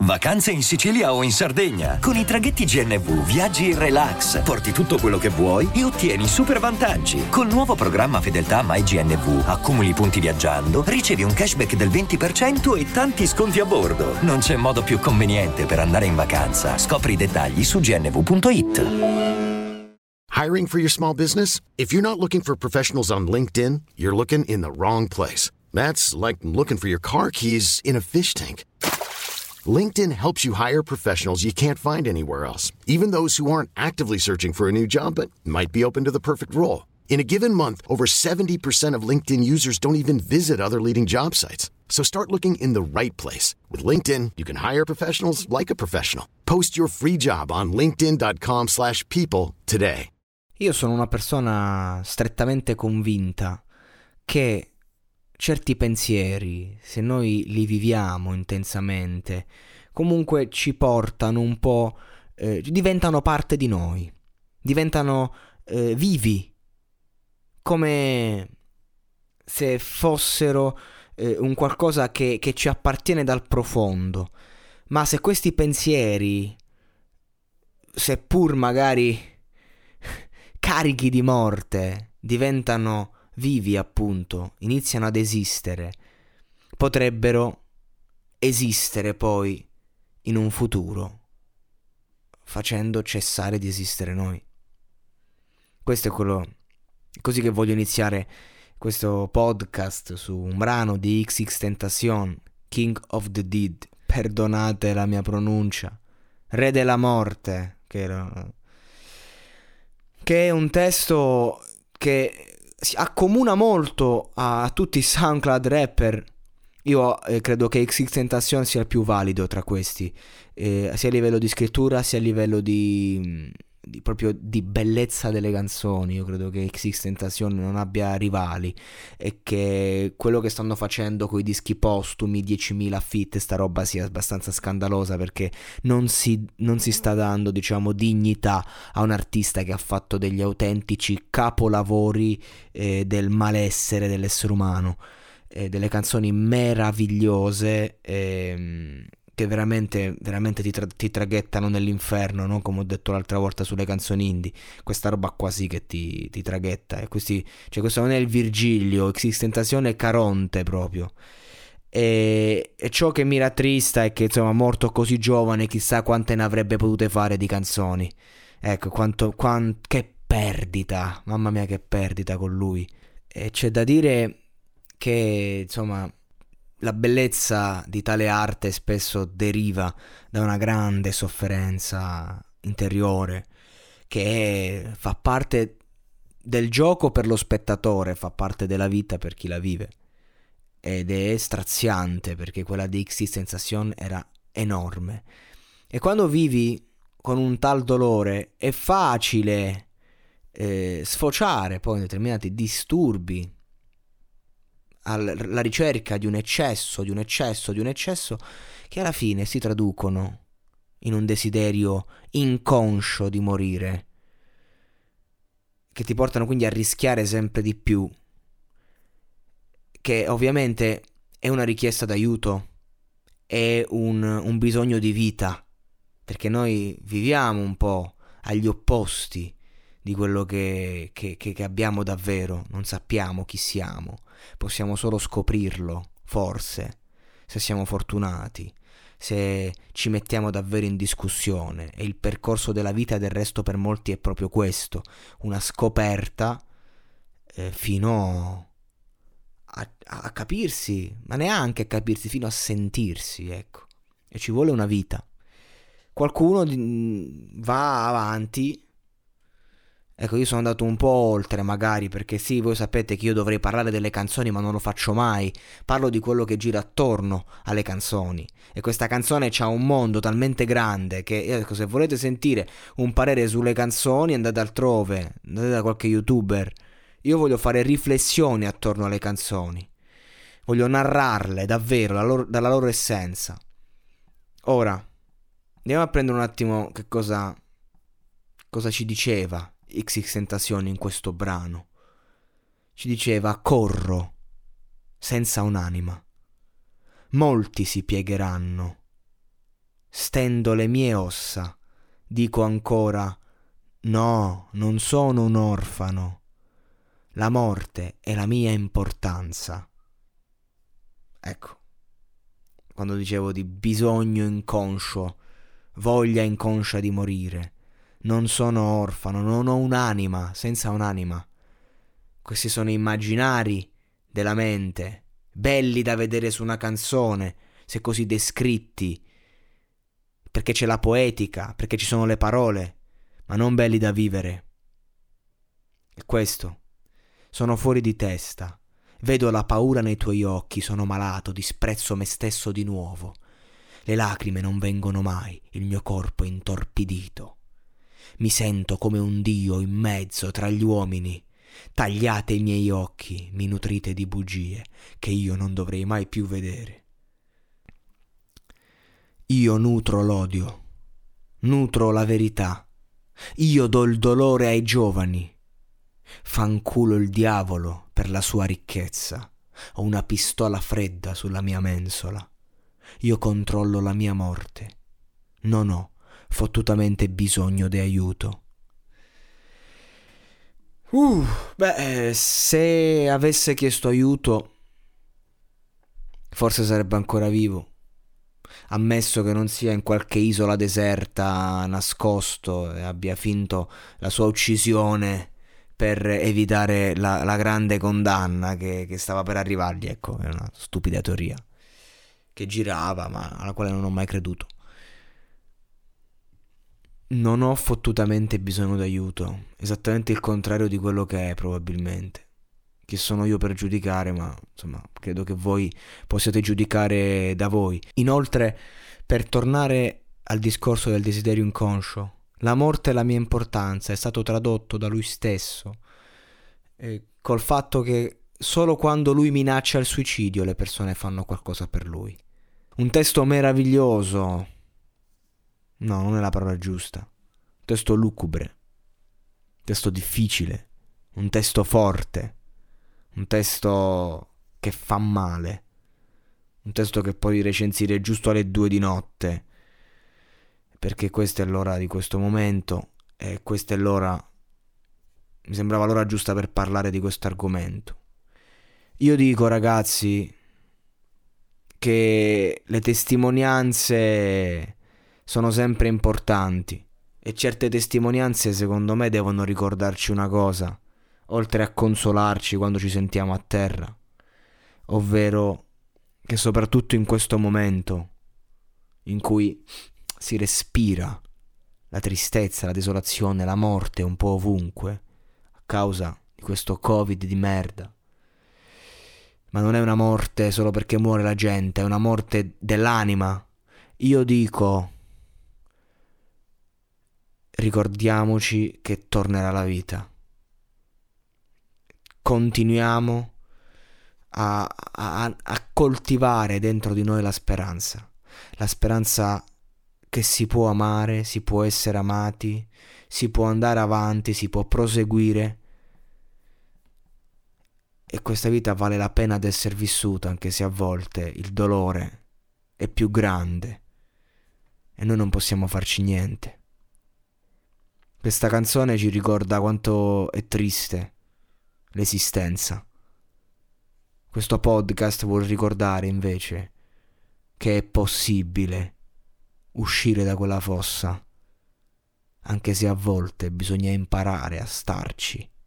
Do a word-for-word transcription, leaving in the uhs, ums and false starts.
Vacanze in Sicilia o in Sardegna. Con i traghetti G N V viaggi in relax, porti tutto quello che vuoi e ottieni super vantaggi. Col nuovo programma Fedeltà MyGNV accumuli punti viaggiando, ricevi un cashback del venti per cento e tanti sconti a bordo. Non c'è modo più conveniente per andare in vacanza. Scopri i dettagli su g n v punto i t. Hiring for your small business? If you're not looking for professionals on LinkedIn, you're looking in the wrong place. That's like looking for your car keys in a fish tank. LinkedIn helps you hire professionals you can't find anywhere else, even those who aren't actively searching for a new job but might be open to the perfect role. In a given month, over seventy percent of LinkedIn users don't even visit other leading job sites. So start looking in the right place. With LinkedIn, you can hire professionals like a professional. Post your free job on linkedin dot com slash people today. Io sono una persona strettamente convinta che certi pensieri, se noi li viviamo intensamente, comunque ci portano un po', eh, diventano parte di noi, diventano eh, vivi, come se fossero eh, un qualcosa che, che ci appartiene dal profondo. Ma se questi pensieri, seppur magari carichi di morte, diventano vivi, appunto, iniziano ad esistere, potrebbero esistere poi in un futuro, facendo cessare di esistere noi. Questo è quello, così che voglio iniziare questo podcast su un brano di XXXTentacion, King of the Dead, perdonate la mia pronuncia, Re della Morte, che era, che è un testo che si accomuna molto a, a tutti i SoundCloud rapper. Io eh, credo che XXXTentacion sia il più valido tra questi, eh, sia a livello di scrittura sia a livello di, di proprio di bellezza delle canzoni. Io credo che XXXTentacion non abbia rivali e che quello che stanno facendo con i dischi postumi, diecimila feat, sta roba sia abbastanza scandalosa, perché non si, non si sta dando, diciamo, dignità a un artista che ha fatto degli autentici capolavori eh, del malessere dell'essere umano, eh, delle canzoni meravigliose eh, che veramente, veramente ti, tra- ti traghettano nell'inferno, no? Come ho detto l'altra volta sulle canzoni indie, questa roba qua sì che ti, ti traghetta. E questi, cioè questo non è il Virgilio, XXXTentacion è Caronte proprio. E, e ciò che mi rattrista è che, insomma, morto così giovane, chissà quante ne avrebbe potute fare di canzoni. Ecco, quanto, quant, che perdita, mamma mia che perdita con lui. E c'è da dire che, insomma, la bellezza di tale arte spesso deriva da una grande sofferenza interiore che è, fa parte del gioco per lo spettatore, fa parte della vita per chi la vive, ed è straziante, perché quella di XXXTentacion era enorme. E quando vivi con un tal dolore è facile eh, sfociare poi in determinati disturbi, alla ricerca di un eccesso, di un eccesso, di un eccesso che alla fine si traducono in un desiderio inconscio di morire, che ti portano quindi a rischiare sempre di più, che ovviamente è una richiesta d'aiuto, è un, un bisogno di vita, perché noi viviamo un po' agli opposti di quello che, che, che abbiamo davvero, non sappiamo chi siamo, possiamo solo scoprirlo, forse, se siamo fortunati, se ci mettiamo davvero in discussione. E il percorso della vita del resto per molti è proprio questo, una scoperta eh, fino a, a capirsi, ma neanche a capirsi, fino a sentirsi, ecco, e ci vuole una vita. Qualcuno va avanti. Ecco, io sono andato un po' oltre magari, perché sì, voi sapete che io dovrei parlare delle canzoni, ma non lo faccio mai. Parlo di quello che gira attorno alle canzoni. E questa canzone c'ha un mondo talmente grande che, ecco, se volete sentire un parere sulle canzoni andate altrove, andate da qualche youtuber. Io voglio fare riflessioni attorno alle canzoni. Voglio narrarle davvero, la loro, dalla loro essenza. Ora, andiamo a prendere un attimo che cosa, cosa ci diceva XXXTentacion in questo brano. Ci diceva: corro senza un'anima, molti si piegheranno stendo le mie ossa, dico ancora: no, non sono un orfano. La morte è la mia importanza. Ecco, quando dicevo di bisogno inconscio, voglia inconscia di morire, non sono orfano, non ho un'anima, senza un'anima. Questi sono immaginari della mente, belli da vedere su una canzone, se così descritti, perché c'è la poetica, perché ci sono le parole, ma non belli da vivere. E questo, sono fuori di testa. Vedo la paura nei tuoi occhi, sono malato, disprezzo me stesso di nuovo. Le lacrime non vengono mai, il mio corpo è intorpidito. Mi sento come un dio in mezzo tra gli uomini. Tagliate i miei occhi, mi nutrite di bugie che io non dovrei mai più vedere. Io nutro l'odio, nutro la verità. Io do il dolore ai giovani. Fanculo il diavolo per la sua ricchezza. Ho una pistola fredda sulla mia mensola. Io controllo la mia morte. Non ho fottutamente bisogno di aiuto. Uh, beh, se avesse chiesto aiuto, forse sarebbe ancora vivo. Ammesso che non sia in qualche isola deserta, nascosto, e abbia finto la sua uccisione per evitare la, la grande condanna che, che stava per arrivargli. Ecco, è una stupida teoria che girava, ma alla quale non ho mai creduto. Non ho fottutamente bisogno d'aiuto, esattamente il contrario di quello che è probabilmente. Chi sono io per giudicare, ma insomma credo che voi possiate giudicare da voi. Inoltre, per tornare al discorso del desiderio inconscio, la morte è la mia importanza è stato tradotto da lui stesso, eh, col fatto che solo quando lui minaccia il suicidio le persone fanno qualcosa per lui. Un testo meraviglioso. No, non è la parola giusta. Un testo lugubre, un testo difficile, un testo forte, un testo che fa male, un testo che puoi recensire giusto alle due di notte, perché questa è l'ora di questo momento e questa è l'ora, mi sembrava l'ora giusta per parlare di questo argomento. Io dico, ragazzi, che le testimonianze sono sempre importanti e certe testimonianze secondo me devono ricordarci una cosa, oltre a consolarci quando ci sentiamo a terra, ovvero che soprattutto in questo momento in cui si respira la tristezza, la desolazione, la morte un po' ovunque a causa di questo Covid di merda, ma non è una morte solo perché muore la gente, è una morte dell'anima. Io dico, ricordiamoci che tornerà la vita. Continuiamo a, a, a coltivare dentro di noi la speranza. La speranza che si può amare, si può essere amati, si può andare avanti, si può proseguire. E questa vita vale la pena di essere vissuta, anche se a volte il dolore è più grande e noi non possiamo farci niente. Questa canzone ci ricorda quanto è triste l'esistenza. Questo podcast vuol ricordare invece che è possibile uscire da quella fossa, anche se a volte bisogna imparare a starci.